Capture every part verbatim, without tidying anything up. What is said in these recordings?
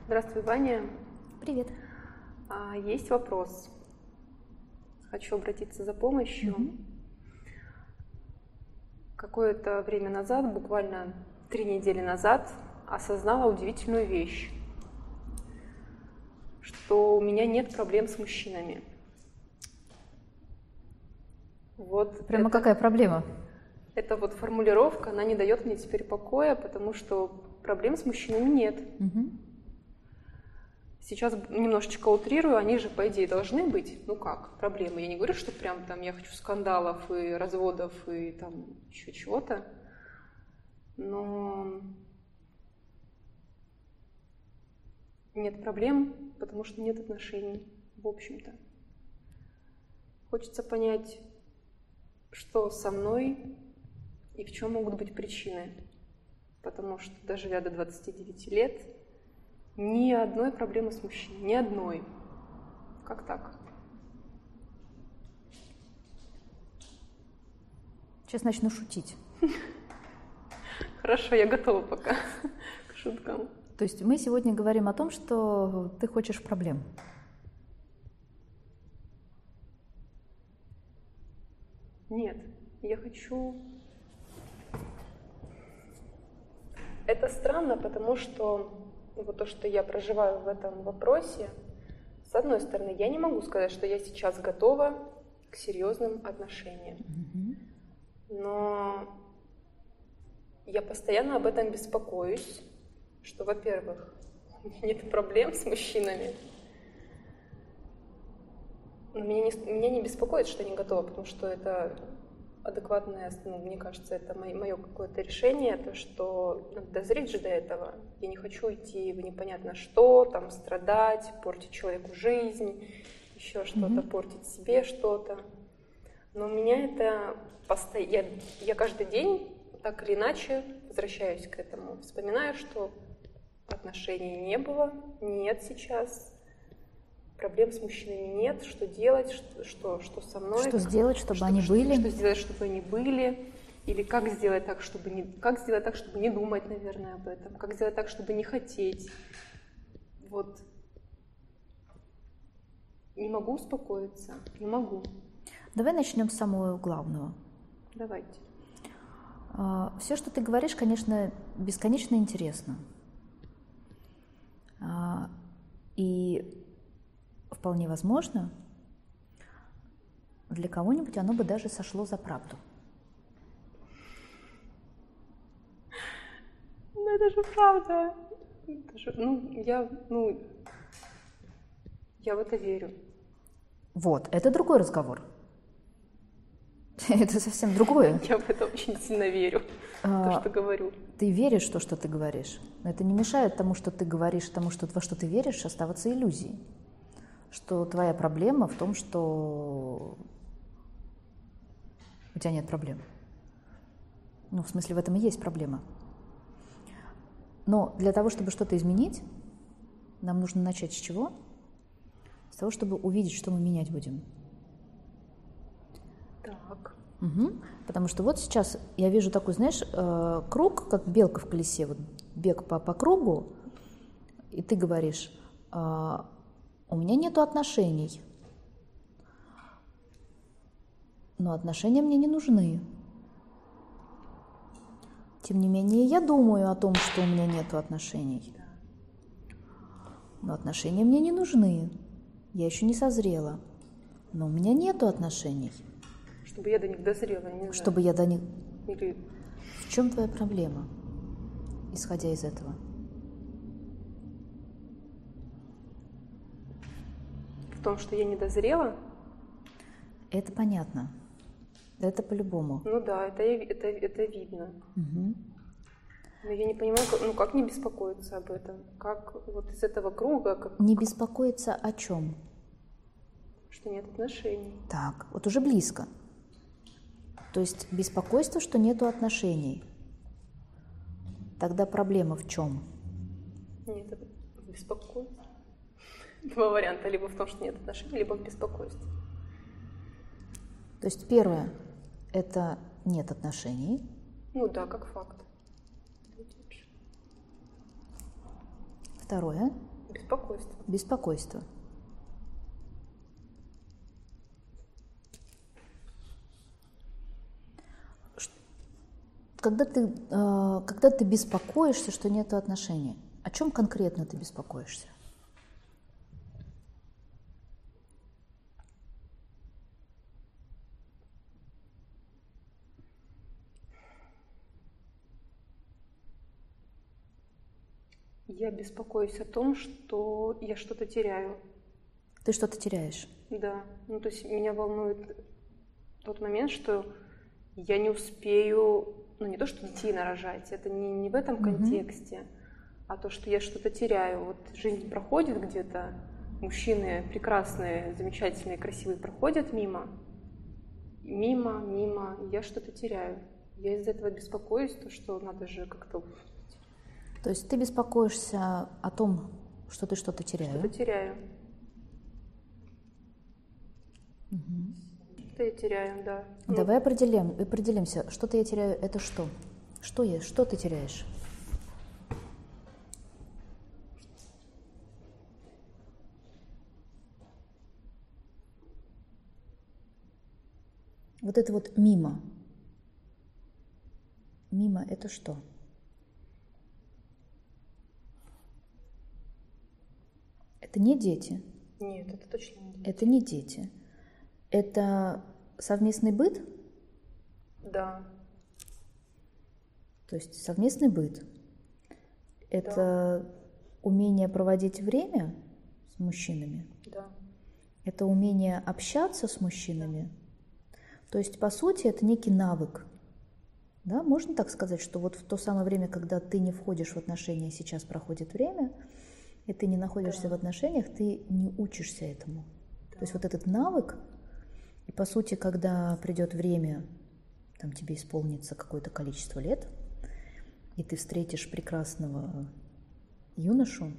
Здравствуй, Ваня. Привет. А, Есть вопрос. Хочу обратиться за помощью. Мгм. Какое-то время назад, буквально три недели назад, осознала удивительную вещь, что у меня нет проблем с мужчинами. Вот Прямо это, какая проблема? эта вот формулировка, она не дает мне теперь покоя, потому что проблем с мужчинами нет. Мгм. Сейчас немножечко утрирую, они же, по идее, должны быть. Ну как, проблемы. Я не говорю, что прям там я хочу скандалов и разводов и там еще чего-то. Но нет проблем, потому что нет отношений, в общем-то. Хочется понять, что со мной и в чем могут быть причины. Потому что, доживя до двадцати девяти лет, ни одной проблемы с мужчиной, ни одной. Как так? Сейчас начну шутить. Хорошо, я готова пока к шуткам. То есть мы сегодня говорим о том, что ты хочешь проблем. Нет, я хочу... Это странно, потому что вот то, что я проживаю в этом вопросе, с одной стороны, я не могу сказать, что я сейчас готова к серьезным отношениям. Но я постоянно об этом беспокоюсь, что, во-первых, у меня нет проблем с мужчинами, но меня не, меня не беспокоит, что я не готова, потому что это адекватное, ну, мне кажется, это мое, мое какое-то решение, то, что надо дозреть же до этого. Я не хочу идти в непонятно что, там, страдать, портить человеку жизнь, еще что-то, Mm-hmm. портить себе что-то. Но у меня это постоянно... Я, я каждый день так или иначе возвращаюсь к этому. Вспоминаю, что отношений не было, нет сейчас. Проблем с мужчинами нет, что делать, что, что, что со мной. Что сделать, чтобы что, они что, были? Что сделать, чтобы они были. Или как сделать так, чтобы не, как сделать так, чтобы не думать, наверное, об этом. Как сделать так, чтобы не хотеть. Вот. Не могу успокоиться, не могу. Давай начнем с самого главного. Давайте. Все, что ты говоришь, конечно, бесконечно интересно. И вполне возможно, для кого-нибудь оно бы даже сошло за правду. Ну, это же правда. Это же, ну, я, ну, я в это верю. Вот, это другой разговор. Это совсем другое. Я в это очень сильно верю, а, то, что говорю. Ты веришь в то, что ты говоришь. Но это не мешает тому, что ты говоришь, тому, что, во что ты веришь, оставаться иллюзией. Что твоя проблема в том, что у тебя нет проблем. Ну, в смысле, в этом и есть проблема. Но для того, чтобы что-то изменить, нам нужно начать с чего? С того, чтобы увидеть, что мы менять будем. Так. Угу. Потому что вот сейчас я вижу такой, знаешь, э, круг, как белка в колесе, вот бег по, по кругу, и ты говоришь, э, у меня нету отношений, но отношения мне не нужны. Тем не менее, я думаю о том, что у меня нету отношений, но отношения мне не нужны, я еще не созрела, но у меня нету отношений. Чтобы я до них дозрела, не знаю. Чтобы я до них... Или... В чем твоя проблема, исходя из этого? В том, что я не дозрела? Это понятно. Это по-любому. Ну да, это, это, это видно. Угу. Но я не понимаю, как, ну как не беспокоиться об этом? Как вот из этого круга... Как... Не беспокоиться о чем? Что нет отношений. Так, вот уже близко. То есть беспокойство, что нету отношений. Тогда проблема в чем? Нет, это беспокойство. Два варианта. Либо в том, что нет отношений, либо в беспокойстве. То есть первое – это нет отношений. Ну да, как факт. Второе Беспокойство. Беспокойство. Когда ты, э, когда ты беспокоишься, что нет отношений, о чем конкретно ты беспокоишься? Я беспокоюсь о том, что я что-то теряю. Ты что-то теряешь? Да. Ну, то есть меня волнует тот момент, что я не успею, ну, не то, что детей нарожать, это не, не в этом Мгм. контексте, а то, что я что-то теряю. Вот жизнь проходит где-то, мужчины прекрасные, замечательные, красивые проходят мимо, мимо, мимо, и я что-то теряю. Я из-за этого беспокоюсь, то, что надо же как-то То есть ты беспокоишься о том, что ты что-то теряешь? что-то теряю. Мгм. Что я теряю, да. Ну, Давай определим, определимся, что-то я теряю, это что? Что я, что ты теряешь? Вот это вот мимо. Мимо это что? Это не дети. Нет, это точно не дети. Это не дети. Это совместный быт? Да, То есть совместный быт. Это умение проводить время с мужчинами. да. Это умение общаться с мужчинами. То есть, по сути, это некий навык. Да? Можно так сказать, что вот в то самое время, когда ты не входишь в отношения, сейчас проходит время, и ты не находишься Да. в отношениях, ты не учишься этому. Да. То есть вот этот навык, и по сути, когда придет время, там тебе исполнится какое-то количество лет, и ты встретишь прекрасного юношу,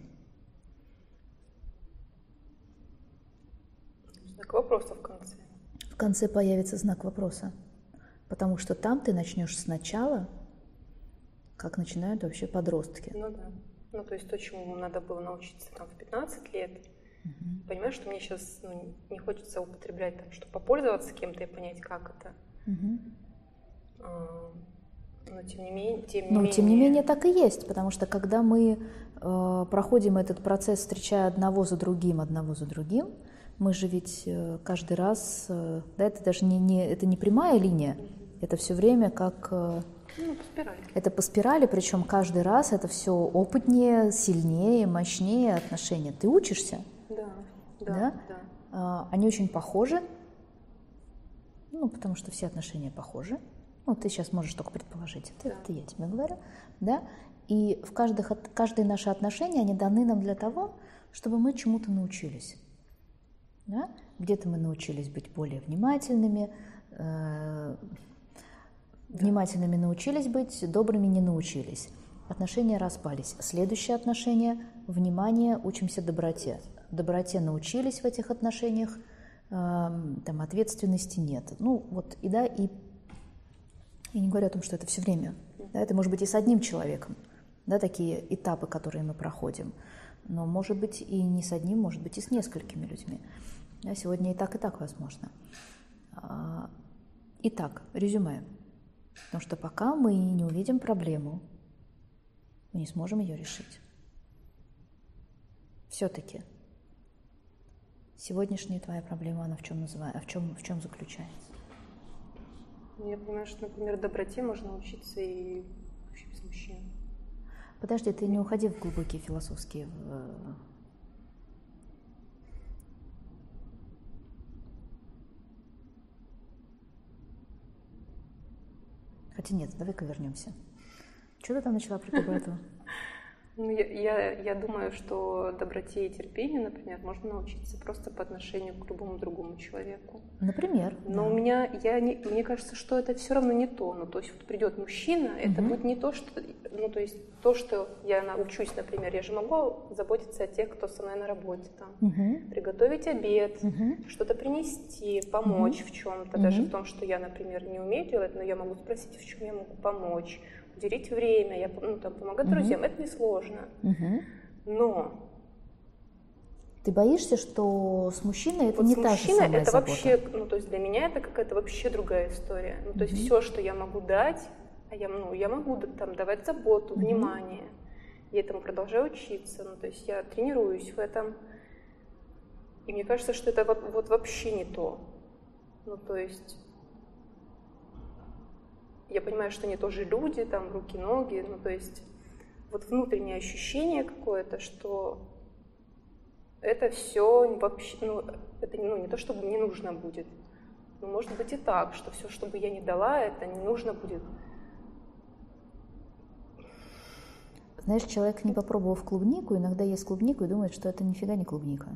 Знак вопроса в конце. в конце появится знак вопроса. Потому что там ты начнешь сначала, как начинают вообще подростки. Ну да. Ну, то есть то, чему надо было научиться там в пятнадцать лет. Мгм. Понимаешь, что мне сейчас ну, не хочется употреблять, там, чтобы попользоваться кем-то и понять, как это. Мгм. А, Но тем не менее, тем не Ну, менее, тем не менее, так и есть, потому что когда мы э, проходим этот процесс, встречая одного за другим, одного за другим, мы же ведь э, каждый раз, э, да, это даже не, не, это не прямая линия, это все время как, э, ну, по спирали. это по спирали, причем каждый раз это все опытнее, сильнее, мощнее отношения. Ты учишься, Да, да, да? да. А, они очень похожи, ну, потому что все отношения похожи. Ну, ты сейчас можешь только предположить, это, Да. это я тебе говорю, да? И в каждых, от- каждые наши отношения, они даны нам для того, чтобы мы чему-то научились. Да? Где-то мы научились быть более внимательными, э, внимательными научились быть, добрыми не научились. Отношения распались. Следующее отношение – внимание, учимся доброте. Доброте научились в этих отношениях, э, там ответственности нет. Ну вот и да, и я не говорю о том, что это все время. Да, это может быть и с одним человеком, да, такие этапы, которые мы проходим. Но может быть и не с одним, может быть и с несколькими людьми. Да, сегодня и так, и так возможно. А, Итак, резюме. Потому что пока мы не увидим проблему, мы не сможем ее решить. Все-таки сегодняшняя твоя проблема, она в чем называется, а в чем, в чем заключается? Я понимаю, что, например, доброте можно учиться и вообще без мужчин. Подожди, ты не уходи в глубокие философские... в- Хотя нет, давай-ка вернемся. Что ты там начала про доброту? Ну, я, я, я думаю, что доброте и терпению, например, можно научиться просто по отношению к любому другому человеку. Например. Но да. у меня, я не, мне кажется, что это все равно не то. Ну, то есть вот придет мужчина, это Мгм. будет не то, что, ну, то есть то, что я научусь, например, я же могу заботиться о тех, кто со мной на работе, там, Мгм. приготовить обед, Мгм. что-то принести, помочь в чем-то, Мгм. даже в том, что я, например, не умею делать, но я могу спросить, в чем я могу помочь, уделить время, я, ну, там, помогать Мгм. друзьям, это несложно. Мгм. Но Ты боишься, что с мужчиной это вот не с та мужчиной же самая это забота? вообще, ну то есть для меня это какая-то вообще другая история. Ну то есть Мгм. все, что я могу дать, а я, ну, я могу там давать заботу, Мгм. внимание. Я этому продолжаю учиться, ну то есть я тренируюсь в этом. И мне кажется, что это вот, вот вообще не то. Ну то есть я понимаю, что они тоже люди, там руки-ноги, ну то есть вот внутреннее ощущение какое-то, что это все вообще, ну, это ну, не то, чтобы мне нужно будет. Но может быть и так, что все, что бы я не дала, это не нужно будет. Знаешь, человек, не попробовав клубнику, иногда ест клубнику и думает, что это нифига не клубника.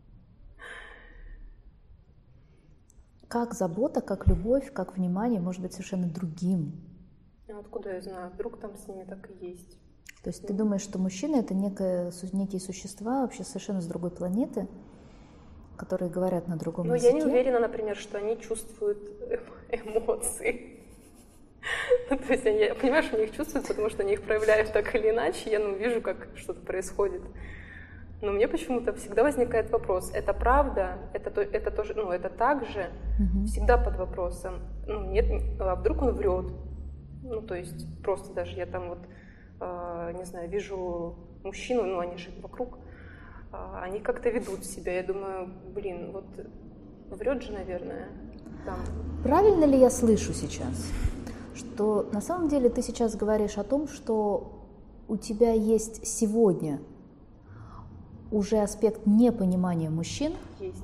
Как забота, как любовь, как внимание может быть совершенно другим. А откуда я знаю? Вдруг там с ними так и есть. То есть ты думаешь, что мужчины — это некое, некие существа вообще совершенно с другой планеты, которые говорят на другом Но языке? я не уверена, например, что они чувствуют эмоции. То есть они, я понимаю, что они их чувствуют, потому что они их проявляют так или иначе. Я ну, вижу, как что-то происходит. Но мне почему-то всегда возникает вопрос: это правда? Это, то, это тоже, ну, это так же? Мгм. Всегда под вопросом. Ну, нет, а вдруг он врет? Ну, то есть просто даже я там вот, э, не знаю, вижу мужчину, ну, они же вокруг, э, они как-то ведут себя. Я думаю, блин, вот врет же, наверное. Там. Правильно ли я слышу сейчас, что на самом деле ты сейчас говоришь о том, что у тебя есть сегодня уже аспект непонимания мужчин Есть.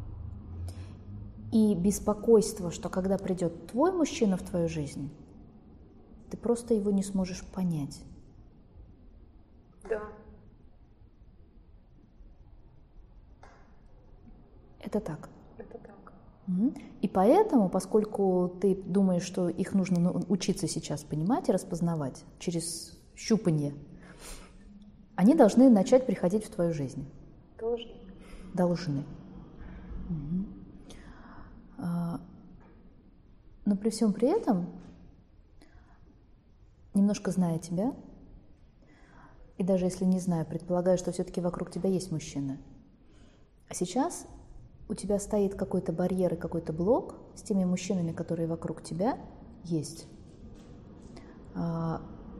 и беспокойство, что когда придет твой мужчина в твою жизнь, ты просто его не сможешь понять? Да. Это так? Это так. Мгм. И поэтому, поскольку ты думаешь, что их нужно ну, учиться сейчас понимать и распознавать через щупанье, они должны начать приходить в твою жизнь. Должны. Должны. Мгм. А, Но при всем при этом, немножко зная тебя, и даже если не знаю, предполагаю, что все-таки вокруг тебя есть мужчины, а сейчас у тебя стоит какой-то барьер и какой-то блок с теми мужчинами, которые вокруг тебя есть. А,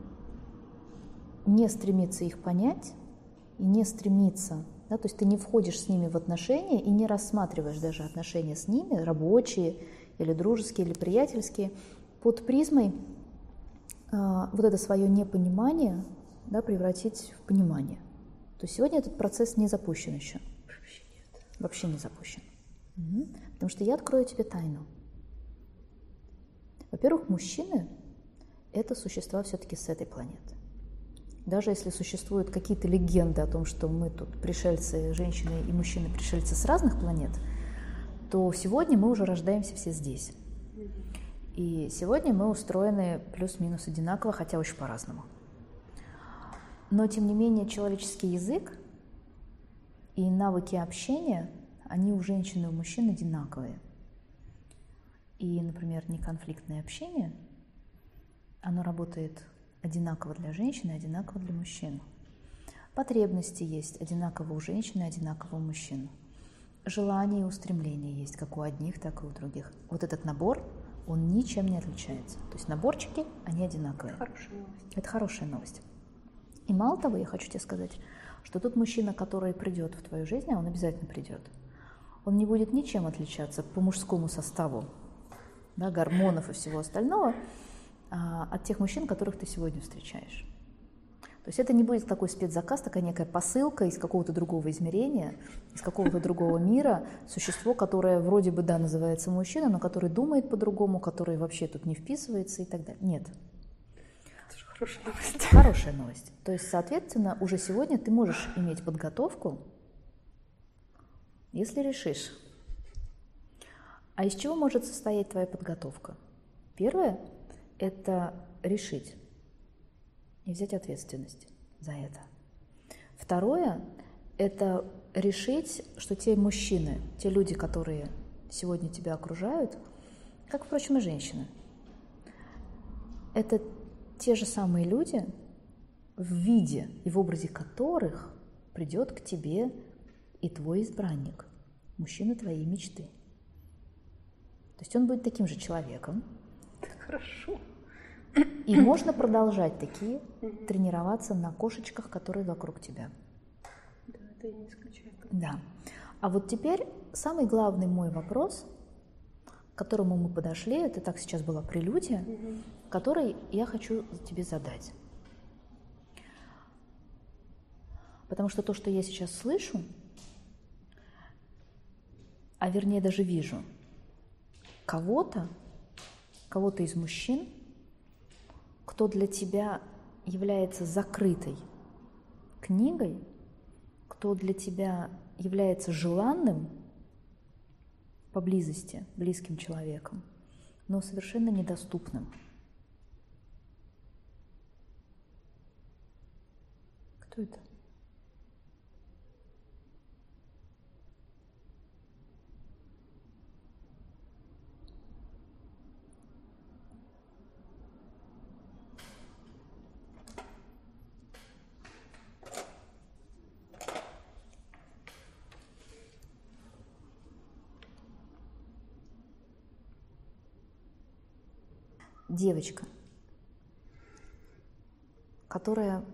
Не стремиться их понять и не стремиться, да, то есть ты не входишь с ними в отношения и не рассматриваешь даже отношения с ними, рабочие или дружеские, или приятельские, под призмой а, вот это свое непонимание, да, превратить в понимание. То есть сегодня этот процесс не запущен еще. Вообще нет. Вообще не запущен. Угу. Потому что я открою тебе тайну. Во-первых, мужчины — это существа все-таки с этой планеты. Даже если существуют какие-то легенды о том, что мы тут пришельцы, женщины и мужчины пришельцы с разных планет, то сегодня мы уже рождаемся все здесь. И сегодня мы устроены плюс-минус одинаково, хотя очень по-разному. Но, тем не менее, человеческий язык и навыки общения, они у женщин и у мужчин одинаковые. И, например, неконфликтное общение, оно работает одинаково для женщин и одинаково для мужчин. Потребности есть одинаково у женщин и одинаково у мужчин. Желания и устремления есть как у одних, так и у других. Вот этот набор, он ничем не отличается. То есть наборчики, они одинаковые. Хорошая новость. Это хорошая новость. И мало того, я хочу тебе сказать, что тот мужчина, который придет в твою жизнь, а он обязательно придет, он не будет ничем отличаться по мужскому составу, да, гормонов и всего остального, а, от тех мужчин, которых ты сегодня встречаешь. То есть это не будет такой спецзаказ, такая некая посылка из какого-то другого измерения, из какого-то другого мира, существо, которое вроде бы, да, называется мужчина, но который думает по-другому, который вообще тут не вписывается и так далее. Нет. Это же хорошая новость. Хорошая новость. То есть, соответственно, уже сегодня ты можешь иметь подготовку, если решишь. А из чего может состоять твоя подготовка? Первое – это решить и взять ответственность за это. Второе – это решить, что те мужчины, те люди, которые сегодня тебя окружают, как, впрочем, и женщины, это те же самые люди, в виде и в образе которых придет к тебе и твой избранник, мужчина твоей мечты. То есть он будет таким же человеком. Хорошо. И можно продолжать такие тренироваться на кошечках, которые вокруг тебя. Да, это я не исключаю. Да. А вот теперь самый главный мой вопрос, к которому мы подошли, это так сейчас была прелюдия, угу. который я хочу тебе задать. Потому что то, что я сейчас слышу, а вернее даже вижу, кого-то, кого-то из мужчин, кто для тебя является закрытой книгой, кто для тебя является желанным поблизости, близким человеком, но совершенно недоступным. Кто это? Девочка, которая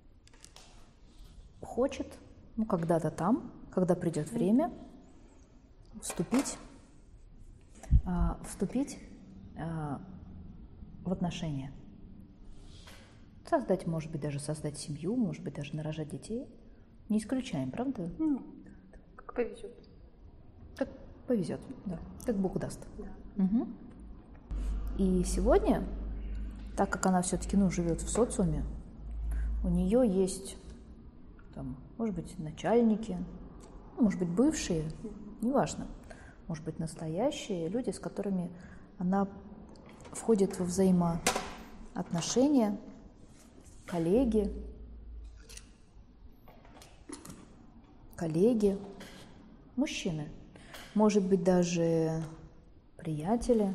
хочет, ну, когда-то там, когда придет время, вступить, а, вступить а, в отношения. Создать, может быть, даже создать семью, может быть, даже нарожать детей. Не исключаем, правда? Ну, как повезет. Как повезет, да. Как Бог даст. Да. Угу. И сегодня, так как она все-таки, ну, живет в социуме, у нее есть, там, может быть, начальники, может быть, бывшие, неважно, может быть, настоящие люди, с которыми она входит во взаимоотношения, коллеги, коллеги, мужчины, может быть, даже приятели.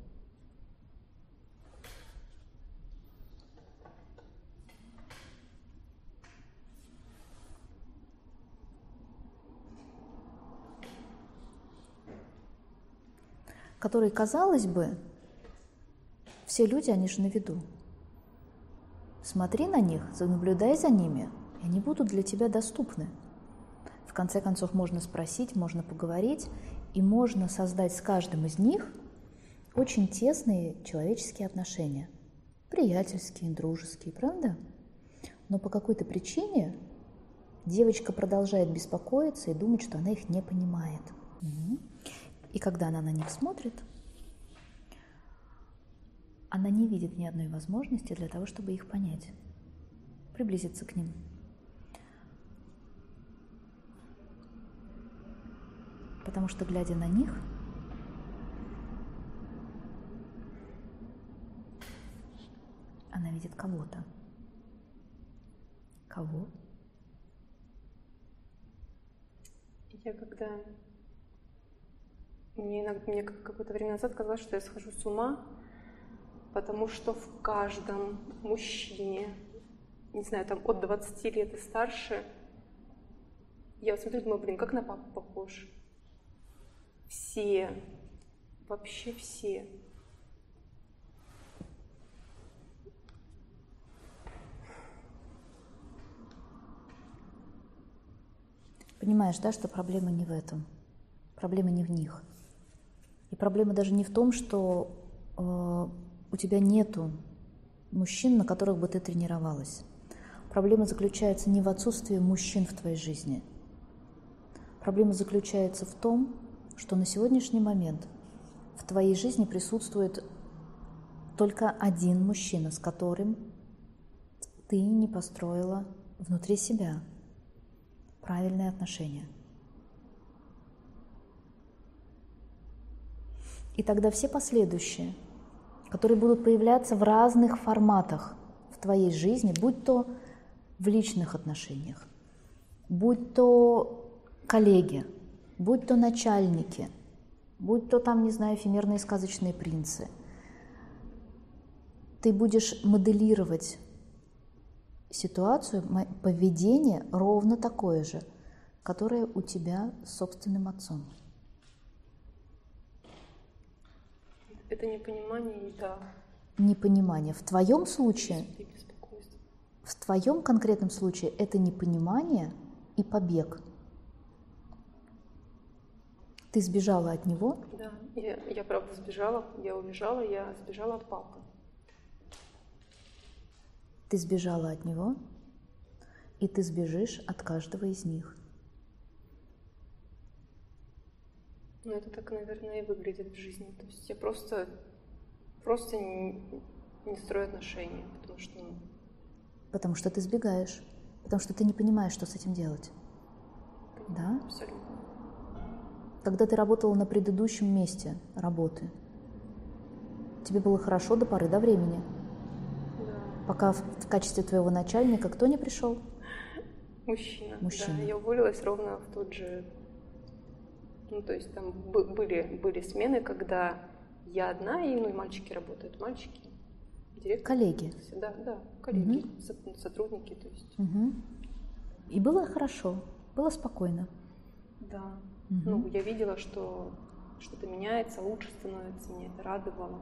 Которые, казалось бы, все люди, они же на виду. Смотри на них, наблюдай за ними, и они будут для тебя доступны. В конце концов, можно спросить, можно поговорить, и можно создать с каждым из них очень тесные человеческие отношения. Приятельские, дружеские, правда? Но по какой-то причине девочка продолжает беспокоиться и думать, что она их не понимает. И когда она на них смотрит, она не видит ни одной возможности для того, чтобы их понять, приблизиться к ним. Потому что, глядя на них, она видит кого-то. Кого? Я когда... Мне, иногда, мне какое-то время назад казалось, что я схожу с ума, потому что в каждом мужчине, не знаю, там от двадцати лет и старше, я вот смотрю, думаю, блин, как на папу похож. Все, вообще все. Понимаешь, да, что проблема не в этом, проблема не в них. И проблема даже не в том, что э, у тебя нету мужчин, на которых бы ты тренировалась. Проблема заключается не в отсутствии мужчин в твоей жизни. Проблема заключается в том, что на сегодняшний момент в твоей жизни присутствует только один мужчина, с которым ты не построила внутри себя правильные отношения. И тогда все последующие, которые будут появляться в разных форматах в твоей жизни, будь то в личных отношениях, будь то коллеги, будь то начальники, будь то там, не знаю, эфемерные сказочные принцы, ты будешь моделировать ситуацию, поведение ровно такое же. которое у тебя с собственным отцом? Это непонимание, да. Непонимание. В твоем случае, И беспокойство. в твоем конкретном случае это непонимание и побег. Ты сбежала от него? Да, я, я правда сбежала, я убежала, я сбежала от папы. Ты сбежала от него, и ты сбежишь от каждого из них. Ну, это так, наверное, и выглядит в жизни. То есть я просто, просто не, не строю отношения, потому что... ну, Потому что ты сбегаешь, потому что ты не понимаешь, что с этим делать. Да? Абсолютно. Когда ты работала на предыдущем месте работы, тебе было хорошо до поры до времени, Да. пока в, в качестве твоего начальника кто не пришел? Мужчина. Мужчина. Да, я уволилась ровно в тот же... Ну, то есть там бы- были, были смены, когда я одна, и, ну, и мальчики работают. Мальчики, директор. Коллеги. Да, да, коллеги, со- сотрудники, то есть. Мгм. И было хорошо, было спокойно. Да. Мгм. Ну, я видела, что что-то меняется, лучше становится, меня это радовало.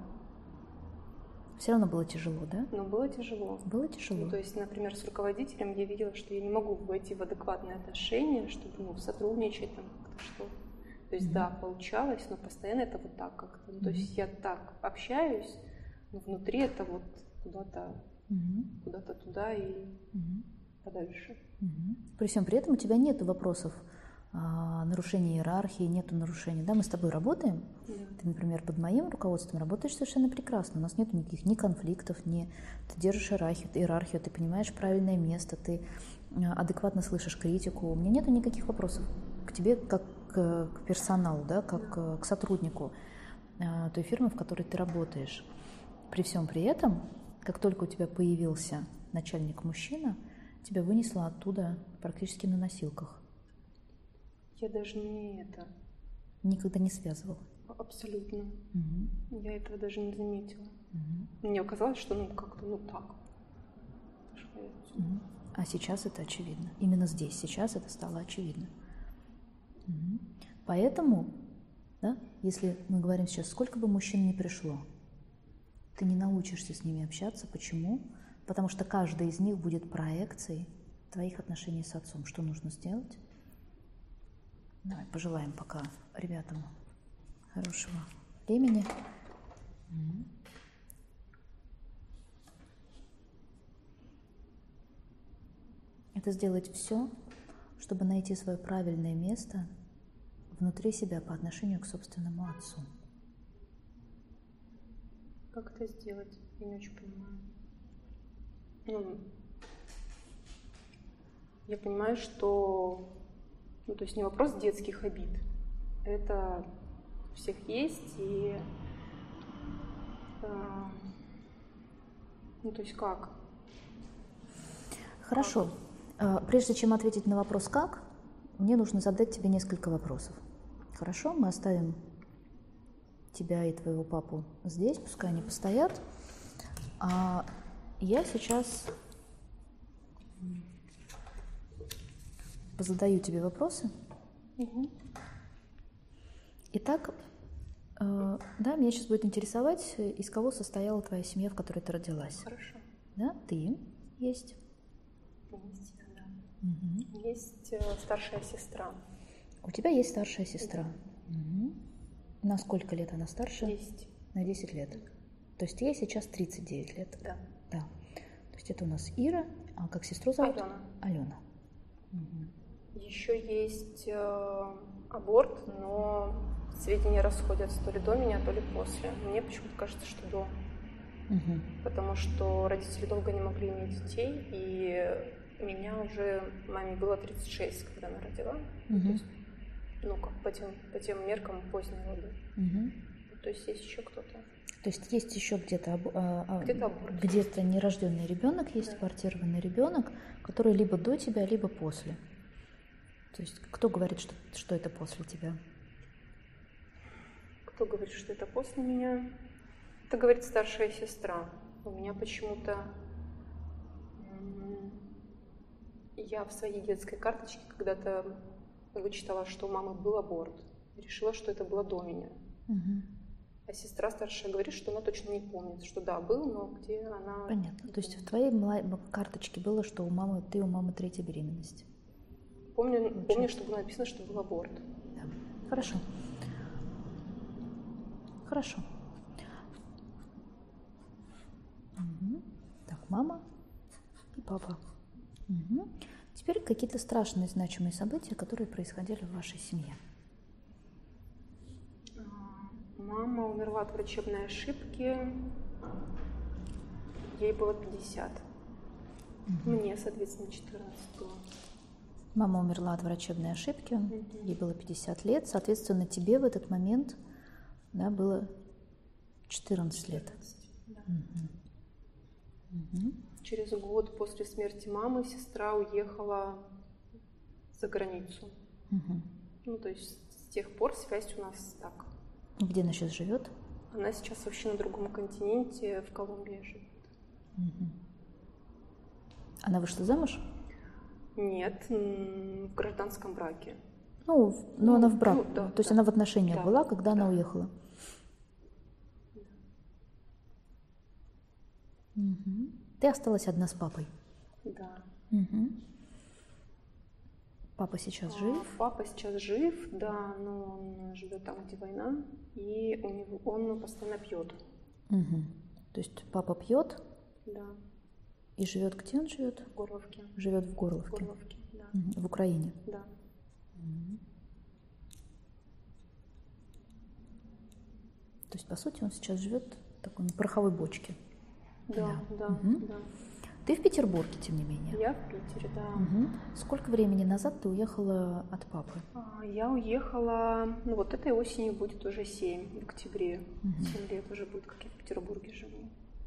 Все равно было тяжело, да? Но было тяжело. Было тяжело. Ну, то есть, например, с руководителем я видела, что я не могу войти в адекватные отношения, чтобы, ну, сотрудничать там как-то что. То есть, Мгм. да, получалось, но постоянно это вот так как-то. Ну, то Мгм. есть я так общаюсь, но внутри это вот куда-то, Мгм. куда-то туда и Мгм. подальше. Мгм. При всем при этом у тебя нет вопросов а, нарушения иерархии, нету нарушений. Да, мы с тобой работаем. Да. Ты, например, под моим руководством работаешь совершенно прекрасно. У нас нет никаких ни конфликтов, ни ты держишь иерархию, иерархию, ты понимаешь правильное место, ты а, адекватно слышишь критику. У меня нету никаких вопросов к тебе как к, к персоналу, да, как э, к сотруднику а, той фирмы, в которой ты работаешь. При всем при этом, как только у тебя появился начальник-мужчина, тебя вынесло оттуда практически на носилках. Я даже не это. Никогда не связывал. Абсолютно. Мгм. Я этого даже не заметила. Мгм. Мне казалось, что ну как-то ну так. Пошла я отсюда. Мгм. А сейчас это очевидно. Именно здесь, сейчас это стало очевидно. Мгм. Поэтому, да, если мы говорим сейчас, сколько бы мужчин ни пришло, ты не научишься с ними общаться. Почему? Потому что каждый из них будет проекцией твоих отношений с отцом. Что нужно сделать? Давай пожелаем пока ребятам хорошего времени. Мгм. Это сделать все, чтобы найти свое правильное место внутри себя по отношению к собственному отцу. Как это сделать? Я не очень понимаю. Ну, я понимаю, что, ну, то есть не вопрос детских обид. Это у всех есть, и, э, ну, то есть как? Хорошо. А, Прежде чем ответить на вопрос «как», мне нужно задать тебе несколько вопросов. Хорошо? Мы оставим тебя и твоего папу здесь, пускай они постоят. А я сейчас позадаю тебе вопросы. Угу. Итак, э, да, меня сейчас будет интересовать, из кого состояла твоя семья, в которой ты родилась. Хорошо. Да, ты есть. Есть, да. Мгм. Есть э, старшая сестра. У тебя есть старшая сестра. Мгм. На сколько лет она старше? Есть. На десять лет. То есть ей сейчас тридцать девять лет. Да. Да. То есть это у нас Ира, а как сестру зовут? Алена. Алена. Мгм. Еще есть э, аборт, но сведения расходятся то ли до меня, то ли после. Мне почему-то кажется, что до. Мгм. Потому что родители долго не могли иметь детей, и меня уже, маме было тридцать шесть, когда она родила. Мгм. То есть, ну, как по тем, по тем меркам поздние роды. Мгм. То есть есть еще кто-то. То есть есть еще где-то або- а, а, Где-то аборт где-то нерожденный ребенок, есть Да. абортированный ребенок, который либо до тебя, либо после. То есть кто говорит, что, что это после тебя? Кто говорит, что это после меня? Это говорит старшая сестра. У меня почему-то... м, Я в своей детской карточке когда-то вычитала, что у мамы был аборт. Решила, что это было до меня. Угу. А сестра старшая говорит, что она точно не помнит, что да, был, но где она... Понятно. То есть в твоей карточке было, что у мамы, ты у мамы третья беременность? Помню, помню, что было написано, что был аборт. Да. Хорошо. Хорошо. Угу. Так, мама и папа. Угу. Теперь какие-то страшные, значимые события, которые происходили в вашей семье. Мама умерла от врачебной ошибки. Ей было пятьдесят. Угу. Мне, соответственно, четырнадцать было. Мама умерла от врачебной ошибки. Угу. Ей было пятьдесят лет. Соответственно, тебе в этот момент, да, было четырнадцать лет. Да. Угу. Угу. Через год после смерти мамы сестра уехала за границу. Угу. Ну, то есть с тех пор связь у нас так. Где она сейчас живет? Она сейчас вообще на другом континенте, в Колумбии живет. Угу. Она вышла замуж? Нет, в гражданском браке. Ну, но ну, она в брак. Ну, да, то есть да. она в отношениях Да, была, когда да. она уехала. Да. Угу. Ты осталась одна с папой? Да. Угу. Папа сейчас а, жив? Папа сейчас жив, да, но он живет там, где война, и у него, он постоянно пьет. Угу. То есть папа пьет? Да. И живет где он живет? В Горловке. Живет в Горловке. В Горловке, да. Угу. В Украине. Да. Угу. То есть, по сути, он сейчас живет в такой пороховой бочке. Да, да, да. Угу. да. Ты в Петербурге, тем не менее. Я в Питере, да. Угу. Сколько времени назад ты уехала от папы? А, я уехала, ну вот этой осенью будет уже семь, в октябре. Угу. семь лет уже будет, как я в Петербурге живу.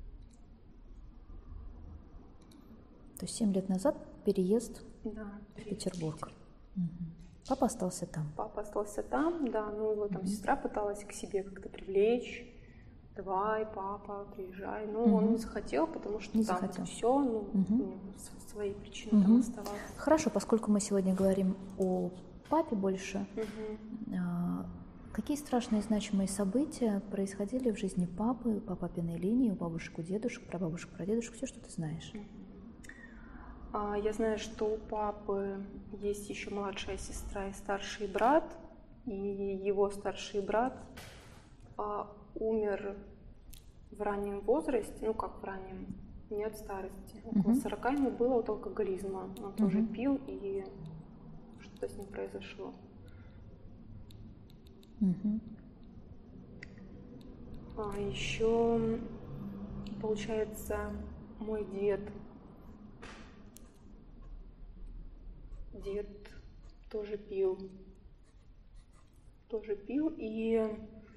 То есть семь лет назад переезд да, в Петербург. Угу. Папа остался там? Папа остался там, да, ну его там угу. сестра пыталась к себе как-то привлечь. Давай, папа, приезжай. Ну, угу. он не захотел, потому что не там захотел. все, ну, угу. у него свои причины угу. там оставаться. Хорошо, поскольку мы сегодня говорим о папе больше, угу. а, какие страшные значимые события происходили в жизни папы, по папиной линии, у бабушек, у дедушек, про бабушек, про дедушек, все, что ты знаешь? Угу. А, я знаю, что у папы есть еще младшая сестра и старший брат, и его старший брат а, умер в раннем возрасте, ну как в раннем, не от старости, около uh-huh. сорока ему было от алкоголизма, он uh-huh. тоже пил, и что-то с ним произошло. Uh-huh. А еще, получается, мой дед, дед тоже пил, тоже пил, и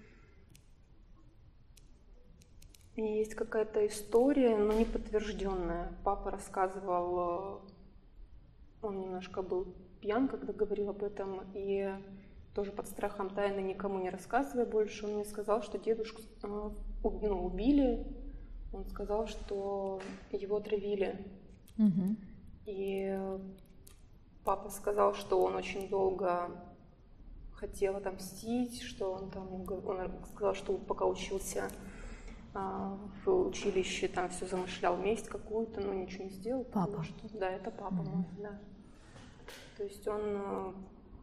есть какая-то история, но не подтвержденная. Папа рассказывал, он немножко был пьян, когда говорил об этом, и тоже под страхом тайны, никому не рассказывая больше, он мне сказал, что дедушку ну, убили. Он сказал, что его отравили. Угу. И папа сказал, что он очень долго хотел отомстить, что он там, он сказал, что пока учился в училище, там все замышлял месть какую-то, но ничего не сделал. Папа? Что, да, это папа mm-hmm. мой, да. То есть он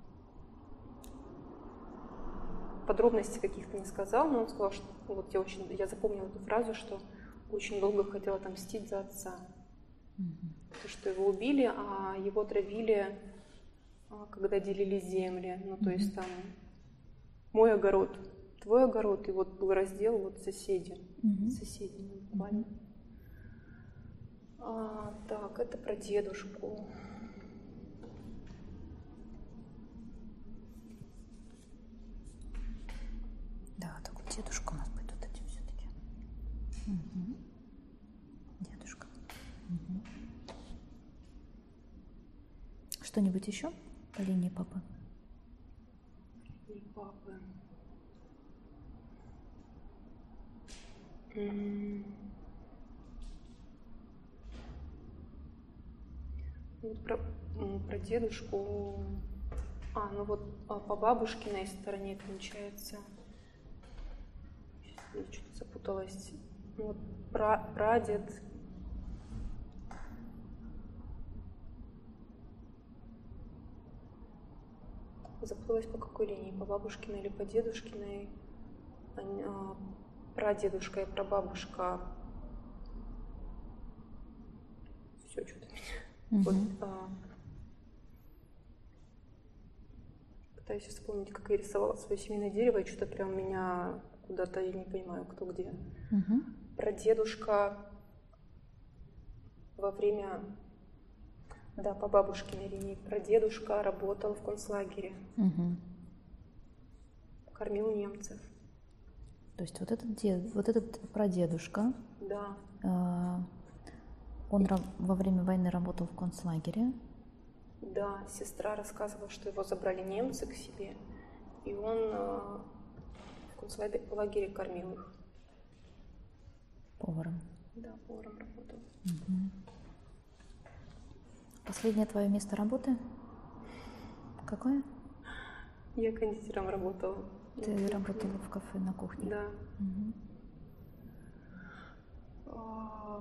подробностей каких-то не сказал, но он сказал, что вот я очень, я запомнила эту фразу, что очень долго хотел отомстить за отца. Mm-hmm. То, что его убили, а его травили, когда делили земли. Ну, то mm-hmm. есть там мой огород, твой огород, и вот был раздел вот соседи, mm-hmm. соседи буквально. Mm-hmm. А, так, это про дедушку. Да, такой дедушка у нас будет вот этим все-таки. Угу. Дедушка. Угу. Что-нибудь еще по линии папы? И папы. Вот про, про дедушку. А, ну вот а, по бабушкиной стороне получается. Сейчас я что-то запуталась. Ну, вот пра, прадед. Запуталась по какой линии? По бабушкиной или по дедушкиной? Они, а, прадедушка и прабабушка. Все, что-то меня. Угу. Вот, а, пытаюсь вспомнить, как я рисовала свое семейное дерево, и что-то прям меня куда-то, я не понимаю, кто где. Угу. Прадедушка во время, да, по бабушкиной линии, прадедушка работал в концлагере, Угу. кормил немцев. То есть вот этот, дед, вот этот прадедушка, Да, э, он ра- во время войны работал в концлагере. да, сестра рассказывала, что его забрали немцы к себе, и он э, в концлагере кормил их. Поваром. Да, поваром работал. Мгм. Последнее твое место работы? Какое? Я кондитером работала. Ты На кухне. работала в кафе на кухне? Да. Мгм. А,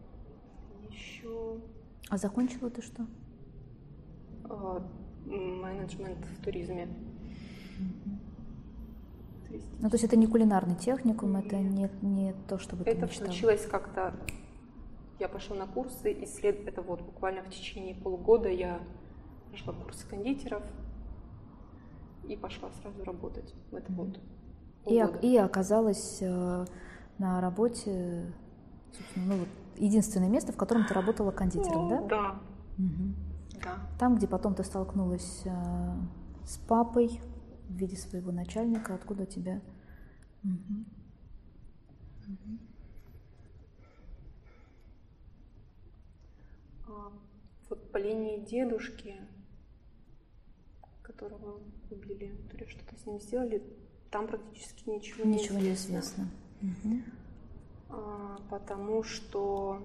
еще А закончила ты что? а, менеджмент в туризме. Туристический. Ну, то есть это не кулинарный техникум, Нет. это не, не то, что бы ты Это мечтала. случилось как-то. Я пошла на курсы, и след... это вот буквально в течение полугода я прошла курсы кондитеров и пошла сразу работать в это вот И, полгода. и оказалась э, на работе, собственно, ну, вот единственное место, в котором ты работала кондитером, да? Да, Мгм. да. Там, где потом ты столкнулась э, с папой в виде своего начальника, откуда тебя... Мгм. А, вот по линии дедушки, которого убили, то ли что-то с ним сделали, там практически ничего, Ничего не не известно. известно. Мгм. А, потому что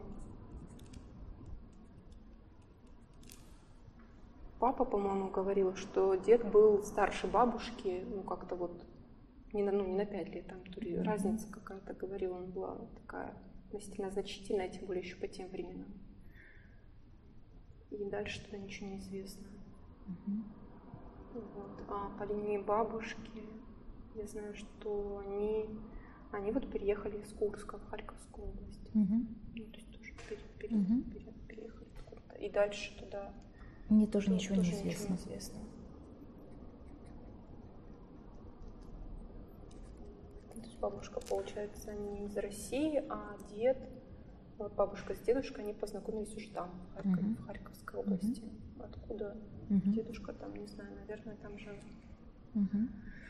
папа, по-моему, говорил, что дед был старше бабушки, ну как-то вот не на, ну, не на пять лет, там то ли разница какая-то, говорил, он была такая относительно значительная, тем более еще по тем временам. И дальше туда ничего не известно. Мгм. Вот. А по линии бабушки я знаю, что они, они вот переехали из Курска в Харьковскую область. Мгм. Ну, то есть тоже пере- пере- Мгм. пере- переехали откуда-то. И дальше туда Мне тоже то- ничего тоже не известно. Ничего не известно. То есть бабушка, получается, не из России, а дед, вот бабушка с дедушкой, они познакомились уже там, в, Харьков- Мгм. в Харьковской области. Откуда Мгм. дедушка там, не знаю, наверное, там же. Мгм.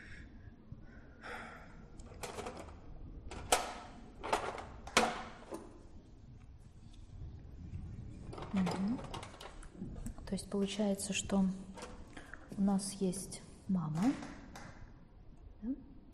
Мгм. То есть получается, что у нас есть мама, да?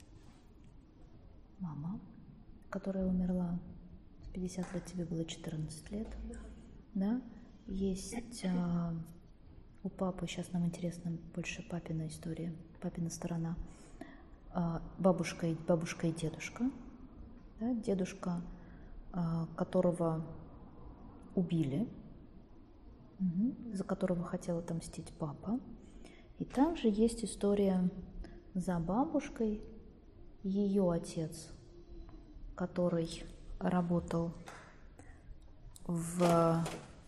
Мама, которая умерла в пятьдесят лет, тебе было четырнадцать лет, да? Есть а, у папы, сейчас нам интересна больше папина история, папина сторона, а, бабушка, и, бабушка и дедушка, да? Дедушка, а, которого убили, Мгм. за которого хотел отомстить папа. И там же есть история за бабушкой, ее отец, который работал в,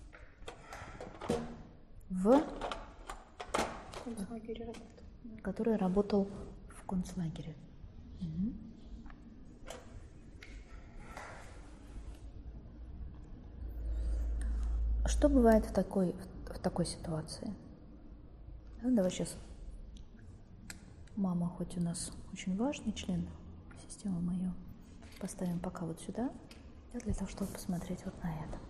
в В концлагере работал. который работал в концлагере. Мгм. Что бывает в такой, в такой ситуации? Да, давай сейчас. Мама хоть у нас очень важный член системы, мы ее поставим пока вот сюда, да, для того, чтобы посмотреть вот на это.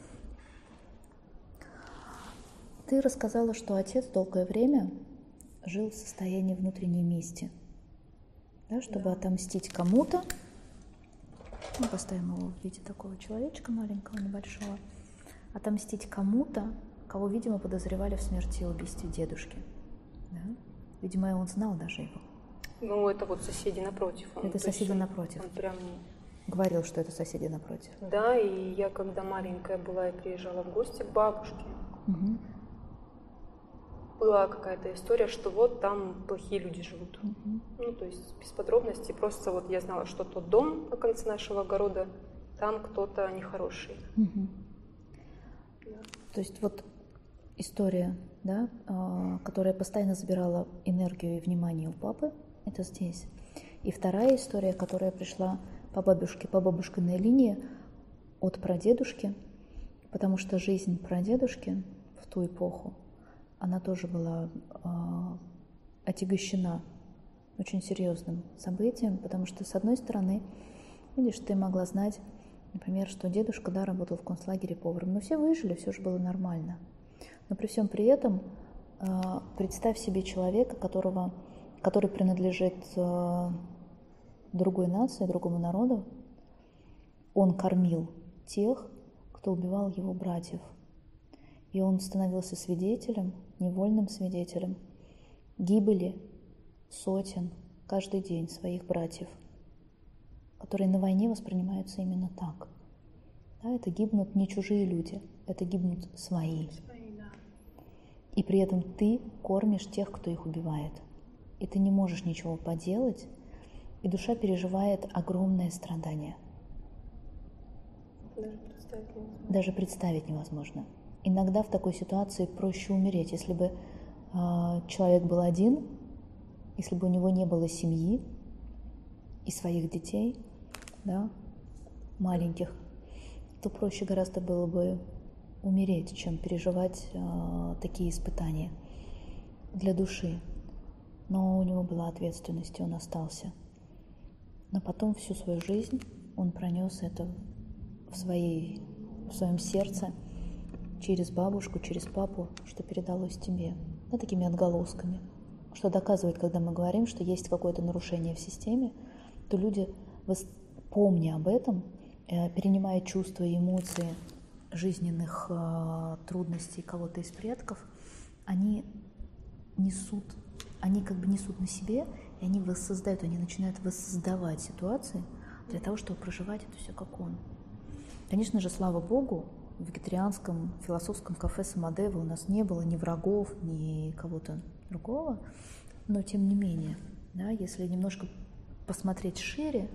Ты рассказала, что отец долгое время жил в состоянии внутренней мести, да, чтобы Да. отомстить кому-то. Мы поставим его в виде такого человечка маленького, небольшого. Отомстить кому-то, кого, видимо, подозревали в смерти и убийстве дедушки. Да? Видимо, он знал даже его. Ну, это вот соседи напротив. Он, Это соседи он, напротив. Он прям... Говорил, что это соседи напротив. Да, и я когда маленькая была и приезжала в гости к бабушке, Угу. была какая-то история, что вот там плохие люди живут. Угу. Ну, то есть без подробностей. Просто вот я знала, что тот дом на конце нашего огорода, там кто-то нехороший. Угу. Да. То есть вот история, да, которая постоянно забирала энергию и внимание у папы, это здесь. И вторая история, которая пришла по бабушке, по бабушкиной линии от прадедушки, потому что жизнь прадедушки в ту эпоху, она тоже была э, отягощена очень серьезным событием, потому что, с одной стороны, видишь, ты могла знать, например, что дедушка, да, работал в концлагере поваром, но все выжили, все же было нормально. Но при всем при этом э, представь себе человека, которого, который принадлежит э, другой нации, другому народу, он кормил тех, кто убивал его братьев. И он становился свидетелем, невольным свидетелем гибели сотен каждый день своих братьев, которые на войне воспринимаются именно так. Да, это гибнут не чужие люди, это гибнут свои. Свои, да. И при этом ты кормишь тех, кто их убивает. И ты не можешь ничего поделать, и душа переживает огромное страдание. Даже представить невозможно. Даже представить невозможно. Иногда в такой ситуации проще умереть, если бы э, человек был один, если бы у него не было семьи и своих детей, да, маленьких, то проще гораздо было бы умереть, чем переживать э, такие испытания для души. Но у него была ответственность, и он остался. Но потом всю свою жизнь он пронес это в, своей, в своем сердце, через бабушку, через папу, что передалось тебе, да, такими отголосками. Что доказывает, когда мы говорим, что есть какое-то нарушение в системе, то люди, помня об этом, перенимая чувства и эмоции жизненных э, трудностей кого-то из предков, они несут, они как бы несут на себе, и они воссоздают, они начинают воссоздавать ситуации для того, чтобы проживать это все как он. Конечно же, слава Богу, в вегетарианском философском кафе Самодева у нас не было ни врагов, ни кого-то другого, но тем не менее, да, если немножко посмотреть шире,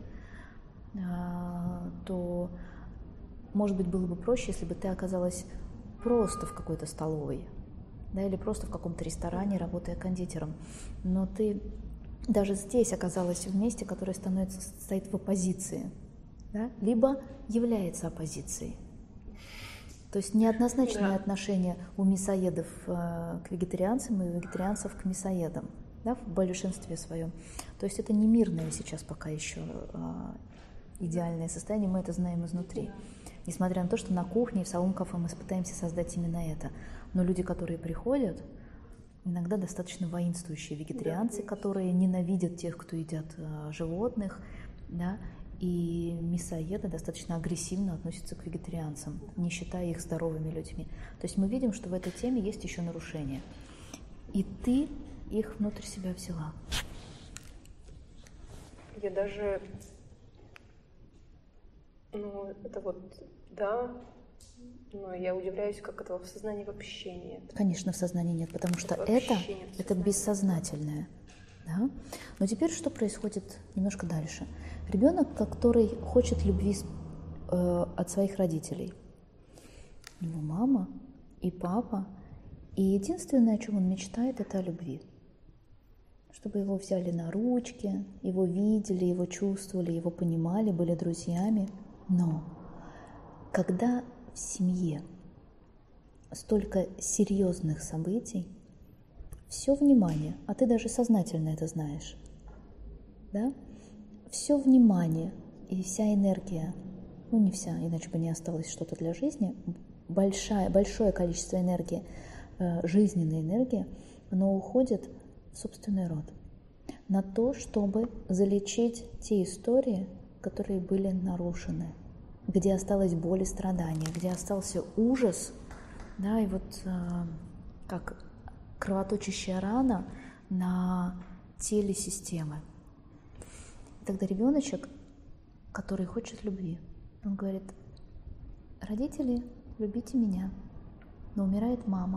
то, может быть, было бы проще, если бы ты оказалась просто в какой-то столовой, да, или просто в каком-то ресторане, работая кондитером. Но ты даже здесь оказалась в месте, которое становится, стоит в оппозиции, да, либо является оппозицией. То есть неоднозначное да. отношение у мясоедов к вегетарианцам и у вегетарианцев к мясоедам, да, в большинстве своем. То есть это не мирное сейчас пока еще идеальное состояние, мы это знаем изнутри. Несмотря на то, что на кухне и в салон кафе мы пытаемся создать именно это. Но люди, которые приходят, иногда достаточно воинствующие вегетарианцы, да, которые ненавидят тех, кто едят а, животных, да, и мясоеды достаточно агрессивно относятся к вегетарианцам, не считая их здоровыми людьми. То есть мы видим, что в этой теме есть еще нарушения. И ты их внутрь себя взяла. Я даже... Ну, это вот, да, но я удивляюсь, как этого в сознании вообще нет. Конечно, в сознании нет, потому что это, это, это бессознательное. Да? Но теперь что происходит немножко дальше? Ребенок, который хочет любви э, от своих родителей. У него мама и папа, и единственное, о чем он мечтает, это о любви. Чтобы его взяли на ручки, его видели, его чувствовали, его понимали, были друзьями. Но когда в семье столько серьезных событий, все внимание, а ты даже сознательно это знаешь, да? Все внимание и вся энергия, ну не вся, иначе бы не осталось что-то для жизни, большая, большое количество энергии, э, жизненной энергии, оно уходит в собственный род, на то, чтобы залечить те истории, которые были нарушены, где осталась боль и страдания, где остался ужас, да, и вот э, как кровоточащая рана, на теле системы. И тогда ребеночек, который хочет любви, он говорит: родители, любите меня, но умирает мама.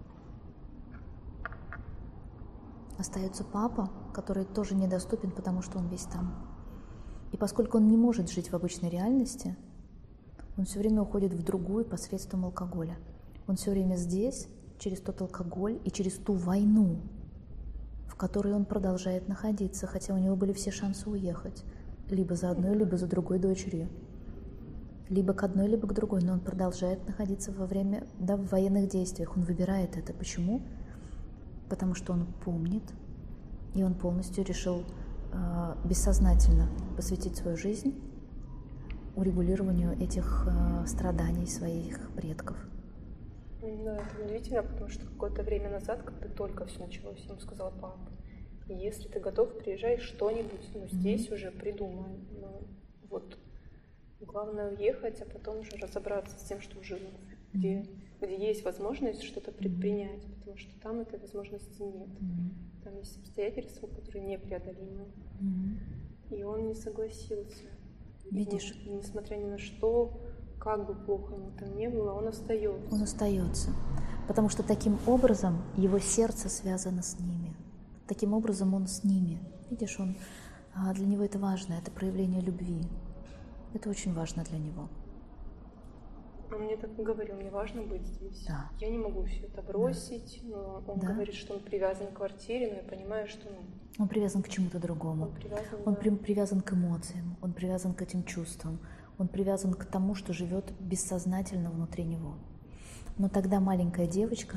Остается папа, который тоже недоступен, потому что он весь там. И поскольку он не может жить в обычной реальности, он все время уходит в другую посредством алкоголя. Он все время здесь, через тот алкоголь и через ту войну, в которой он продолжает находиться, хотя у него были все шансы уехать. Либо за одной, либо за другой дочерью. Либо к одной, либо к другой. Но он продолжает находиться во время, да, в военных действиях. Он выбирает это. Почему? Потому что он помнит, и он полностью решил э, бессознательно посвятить свою жизнь урегулированию этих э, страданий своих предков. Да, это удивительно, потому что какое-то время назад, когда только все началось, я ему сказала: пап, если ты готов, приезжай что-нибудь, ну, здесь mm-hmm. уже придумай. Ну, вот. Главное уехать, а потом уже разобраться с тем, что уже mm-hmm. где, где есть возможность что-то предпринять, mm-hmm. потому что там этой возможности нет. Mm-hmm. Там есть обстоятельства, которые непреодолимы. Mm-hmm. И он не согласился. Видишь? И, несмотря ни на что, как бы плохо ему там не было, он остается. Он остается. Потому что таким образом его сердце связано с ними. Таким образом он с ними. Видишь, он, для него это важно, это проявление любви. Это очень важно для него. Он мне так и говорил: мне важно быть здесь. Да. Я не могу все это бросить. Да. Но он да. говорит, что он привязан к квартире, но я понимаю, что... Ну, он привязан к чему-то другому. Он привязан, он да. при, привязан к эмоциям, он привязан к этим чувствам. Он привязан к тому, что живет бессознательно внутри него. Но тогда маленькая девочка,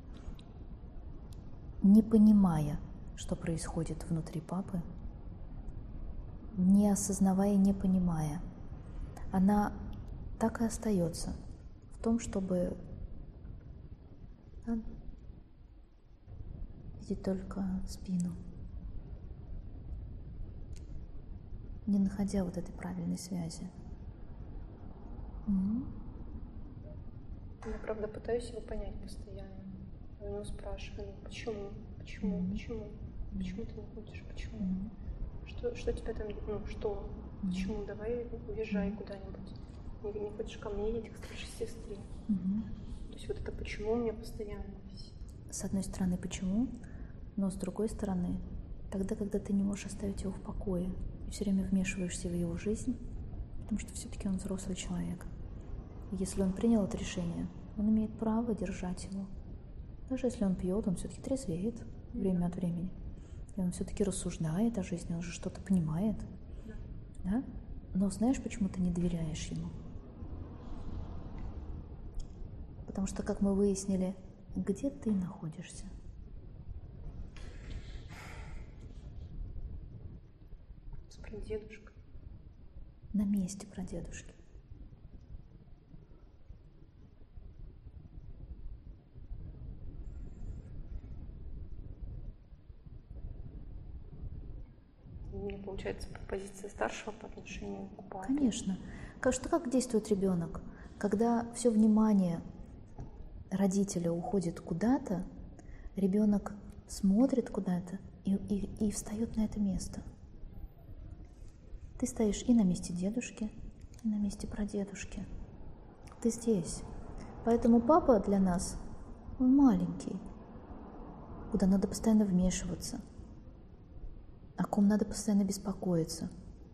не понимая, что происходит внутри папы, не осознавая и не понимая, она так и остается в том, чтобы да, видеть только спину, не находя вот этой правильной связи. Mm-hmm. Я, правда, пытаюсь его понять постоянно. Я у него спрашиваю: ну, почему, почему, mm-hmm. почему, mm-hmm. почему ты не ходишь, почему, mm-hmm. что, что тебя там, ну, что, mm-hmm. почему, давай уезжай mm-hmm. куда-нибудь, не, не хочешь ко мне, иди к старшей сестре. Mm-hmm. То есть вот это почему у меня постоянно висит. С одной стороны, почему, но с другой стороны, тогда, когда ты не можешь оставить его в покое и все время вмешиваешься в его жизнь, потому что все-таки он взрослый человек. И если он принял это решение, он имеет право держать его. Даже если он пьет, он все-таки трезвеет mm-hmm. время от времени. И он все-таки рассуждает о жизни, он же что-то понимает. Mm-hmm. Да? Но знаешь, почему ты не доверяешь ему? Потому что, как мы выяснили, где ты находишься? С прадедушкой. На месте прадедушки. У меня получается позиция старшего по отношению к папе. Конечно. Как, что, как действует ребенок? Когда все внимание родителя уходит куда-то, ребенок смотрит куда-то и, и, и встает на это место. Ты стоишь и на месте дедушки, и на месте прадедушки. Ты здесь. Поэтому папа для нас, он маленький, куда надо постоянно вмешиваться, о ком надо постоянно беспокоиться.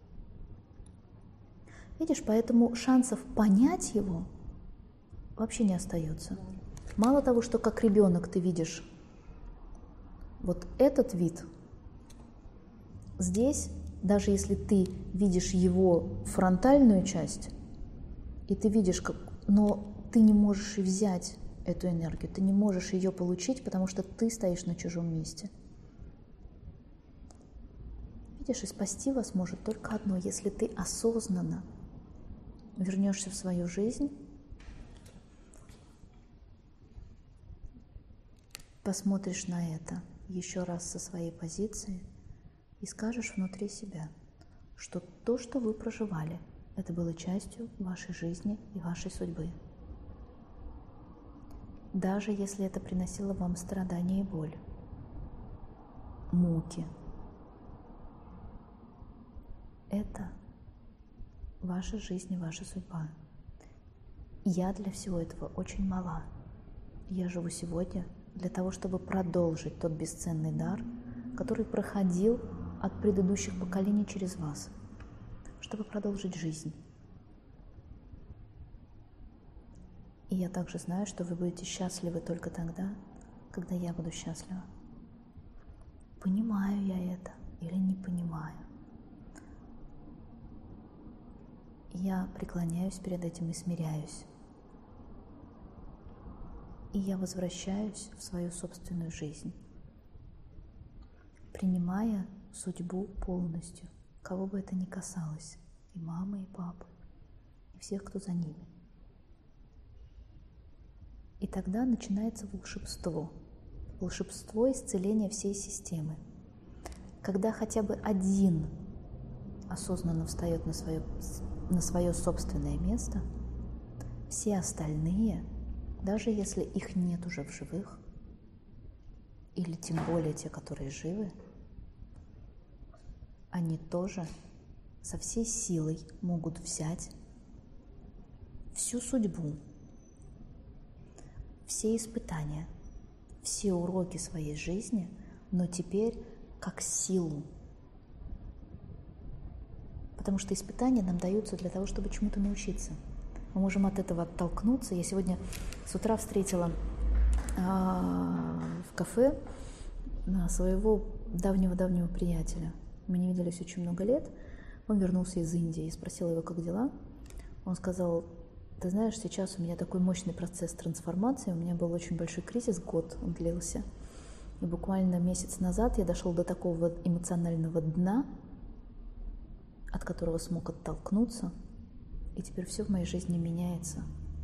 Видишь, поэтому шансов понять его вообще не остается. Мало того, что как ребенок ты видишь вот этот вид, здесь, даже если ты видишь его фронтальную часть, и ты видишь, как, но ты не можешь и взять эту энергию, ты не можешь ее получить, потому что ты стоишь на чужом месте. Видишь, и спасти вас может только одно, если ты осознанно вернешься в свою жизнь, посмотришь на это еще раз со своей позиции и скажешь внутри себя, что то, что вы проживали, это было частью вашей жизни и вашей судьбы. Даже если это приносило вам страдания и боль. муки. Это ваша жизнь и ваша судьба. Я для всего этого очень мала. Я живу сегодня для того, чтобы продолжить тот бесценный дар, который проходил от предыдущих поколений через вас, чтобы продолжить жизнь. И я также знаю, что вы будете счастливы только тогда, когда я буду счастлива. Понимаю я это или не понимаю? Я преклоняюсь перед этим и смиряюсь. И я возвращаюсь в свою собственную жизнь, принимая судьбу полностью, кого бы это ни касалось, и мамы, и папы, и всех, кто за ними. И тогда начинается волшебство. Волшебство исцеления всей системы. Когда хотя бы один осознанно встает на свое, на свое собственное место, все остальные, даже если их нет уже в живых, или тем более те, которые живы, они тоже со всей силой могут взять всю судьбу, все испытания, все уроки своей жизни, но теперь как силу. Потому что испытания нам даются для того, чтобы чему-то научиться. Мы можем от этого оттолкнуться. Я сегодня с утра встретила а, в кафе своего давнего-давнего приятеля. Мы не виделись очень много лет. Он вернулся из Индии. Я спросила его, как дела. Он сказал: ты знаешь, сейчас у меня такой мощный процесс трансформации. У меня был очень большой кризис, год он длился. И буквально месяц назад я дошел до такого эмоционального дна, от которого смог оттолкнуться. И теперь все в моей жизни меняется.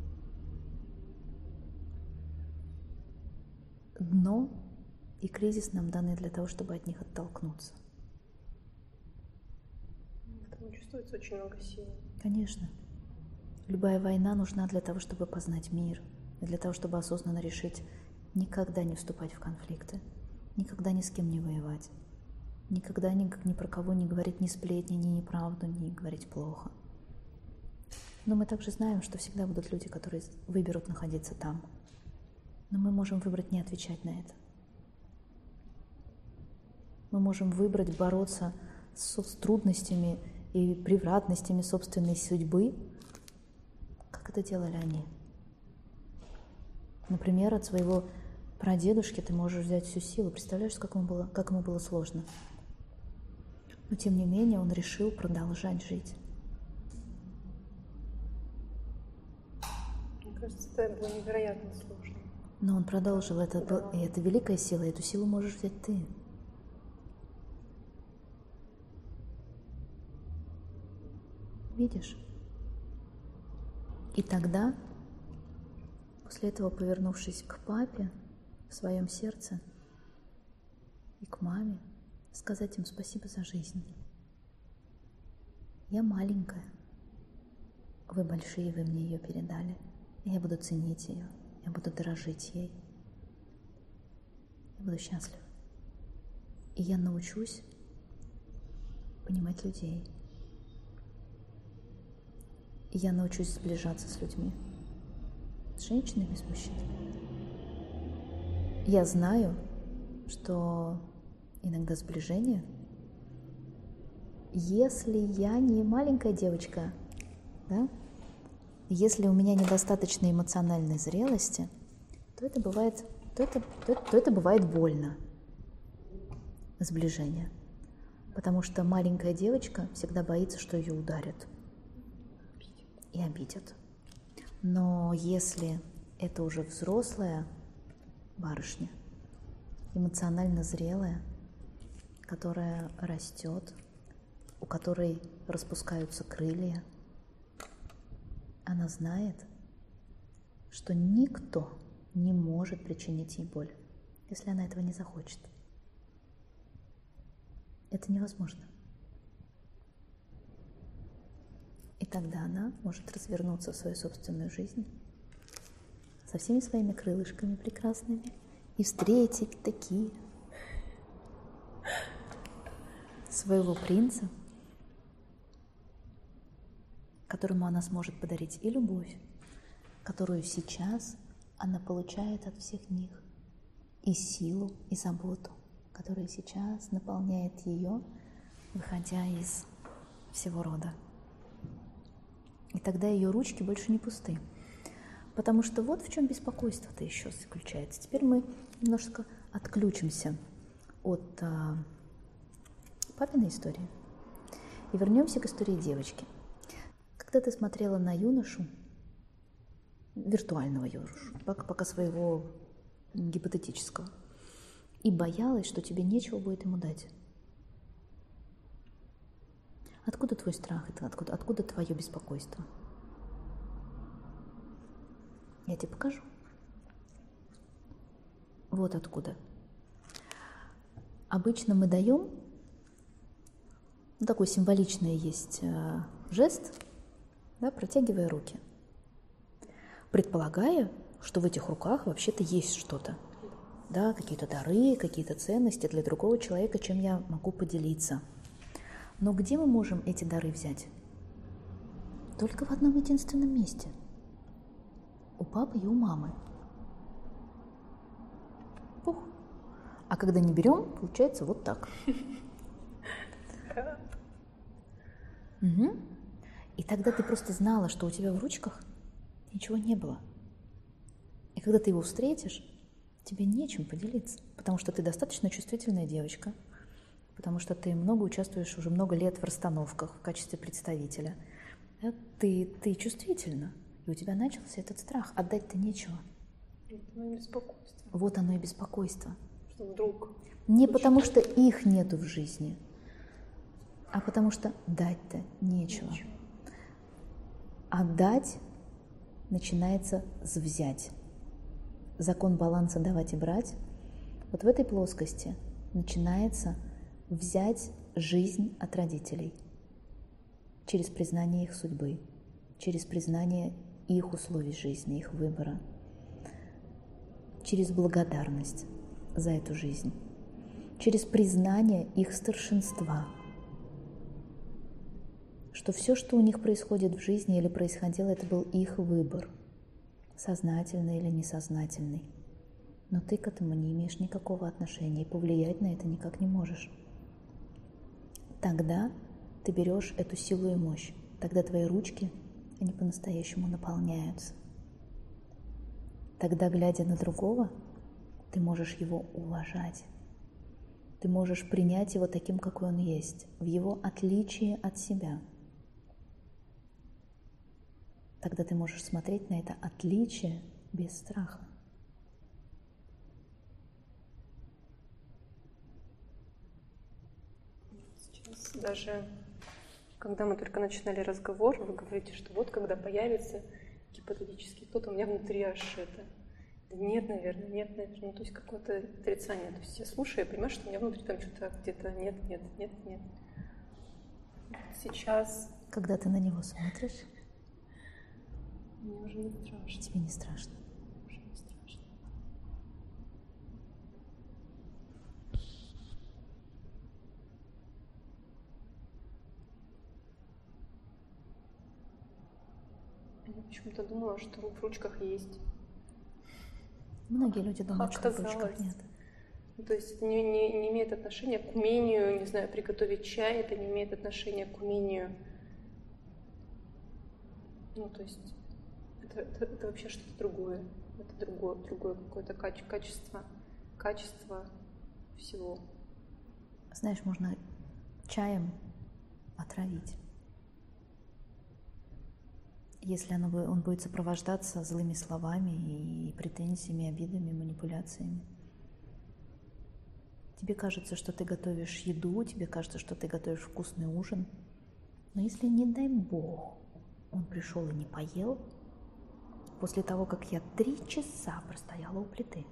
Дно и кризис нам даны для того, чтобы от них оттолкнуться. В этом чувствуется очень много силы. Конечно. Любая война нужна для того, чтобы познать мир, и для того, чтобы осознанно решить никогда не вступать в конфликты, никогда ни с кем не воевать, никогда ни, ни про кого не говорить ни сплетни, ни неправду, ни говорить плохо. Но мы также знаем, что всегда будут люди, которые выберут находиться там. Но мы можем выбрать не отвечать на это. Мы можем выбрать бороться с, с трудностями и превратностями собственной судьбы, как это делали они. Например, от своего прадедушки ты можешь взять всю силу. Представляешь, как ему было, как ему было сложно. Но тем не менее он решил продолжать жить. Мне кажется, это было невероятно сложно. Но он продолжил. Это, Да. И это великая сила. Эту силу можешь взять ты. Видишь? И тогда, после этого, повернувшись к папе в своем сердце и к маме, сказать им спасибо за жизнь. Я маленькая, вы большие, вы мне ее передали. Я буду ценить ее, я буду дорожить ей. Я буду счастлива. И я научусь понимать людей. И я научусь сближаться с людьми, с женщинами, с мужчинами. Я знаю, что иногда сближение, если я не маленькая девочка, да, если у меня недостаточно эмоциональной зрелости, то это бывает, то это, то, то это бывает больно, сближение. Потому что маленькая девочка всегда боится, что ее ударят и обидят. Но если это уже взрослая барышня, эмоционально зрелая, которая растет, у которой распускаются крылья, она знает, что никто не может причинить ей боль, если она этого не захочет. Это невозможно. И тогда она может развернуться в свою собственную жизнь со всеми своими крылышками прекрасными и встретить такие своего принца, которому она сможет подарить и любовь, которую сейчас она получает от всех них, и силу, и заботу, которая сейчас наполняет ее, выходя из всего рода. И тогда ее ручки больше не пусты. Потому что вот в чем беспокойство-то еще заключается. Теперь мы немножко отключимся от а, папиной истории и вернемся к истории девочки. Когда ты смотрела на юношу, виртуального юношу, пока, пока своего гипотетического, и боялась, что тебе нечего будет ему дать. Откуда твой страх? Откуда, откуда твое беспокойство? Я тебе покажу. Вот откуда. Обычно мы даем, ну, такой символичный есть э, жест, да, протягивая руки, предполагая, что в этих руках вообще-то есть что-то, да, какие-то дары, какие-то ценности для другого человека, чем я могу поделиться. Но где мы можем эти дары взять? Только в одном единственном месте. У папы и у мамы. Пух. А когда не берем, получается вот так. Угу. И тогда ты просто знала, что у тебя в ручках ничего не было. И когда ты его встретишь, тебе нечем поделиться, потому что ты достаточно чувствительная девочка, потому что ты много участвуешь уже много лет в расстановках в качестве представителя. Ты, ты чувствительна, и у тебя начался этот страх. Отдать-то нечего. Вот оно и беспокойство. Вот оно и беспокойство. Что вдруг? Не потому что их нету в жизни, а потому что дать-то нечего. Нечего. Отдать начинается с взять. Закон баланса давать и брать. Вот в этой плоскости начинается взять жизнь от родителей через признание их судьбы, через признание их условий жизни, их выбора, через благодарность за эту жизнь, через признание их старшинства, что все, что у них происходит в жизни или происходило, это был их выбор, сознательный или несознательный. Но ты к этому не имеешь никакого отношения и повлиять на это никак не можешь. Тогда ты берешь эту силу и мощь. Тогда твои ручки, они по-настоящему наполняются. Тогда, глядя на другого, ты можешь его уважать. Ты можешь принять его таким, какой он есть, в его отличие от себя. Тогда ты можешь смотреть на это отличие без страха. Сейчас даже, когда мы только начинали разговор, вы говорите, что вот когда появится гипотетически кто-то, у меня внутри аж это... Да нет, наверное, нет, наверное. Ну, то есть какое-то отрицание. То есть я слушаю, я понимаю, что у меня внутри там что-то где-то нет, нет, нет, нет. Сейчас... Когда ты на него смотришь, мне уже не страшно. тебе не страшно. Уже не страшно. Я почему-то думала, что в ручках есть. Многие люди думают, что в Оказалось. ручках нет. Ну, то есть это не, не, не имеет отношения к умению, не знаю, приготовить чай, это не имеет отношения к умению. Ну, то есть это, это, это вообще что-то другое. Это другое, другое какое-то каче- качество, качество всего. Знаешь, можно чаем отравить. Если оно, бу- он будет сопровождаться злыми словами и претензиями, обидами, манипуляциями. Тебе кажется, что ты готовишь еду, тебе кажется, что ты готовишь вкусный ужин. Но если, не дай бог, он пришел и не поел, после того, как я три часа простояла у плиты.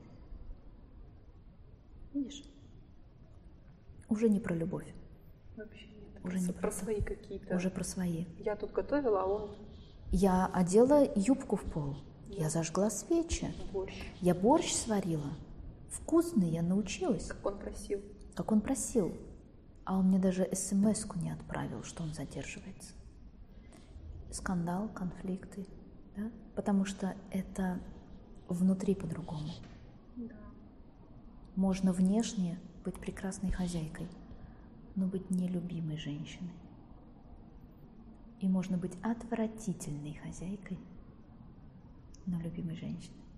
Видишь? Уже не про любовь. Вообще нет. Уже не про, про свои какие-то. Уже про свои. Я тут готовила, а он Я одела юбку в пол. Я зажгла свечи. борщ. Я борщ сварила. Вкусный, я научилась, Как он просил. как он просил. А он мне даже смс-ку не отправил, что он задерживается. Скандал, конфликты, да? Потому что это внутри по-другому. Да. Можно внешне быть прекрасной хозяйкой, но быть нелюбимой женщиной. И можно быть отвратительной хозяйкой, но любимой женщиной.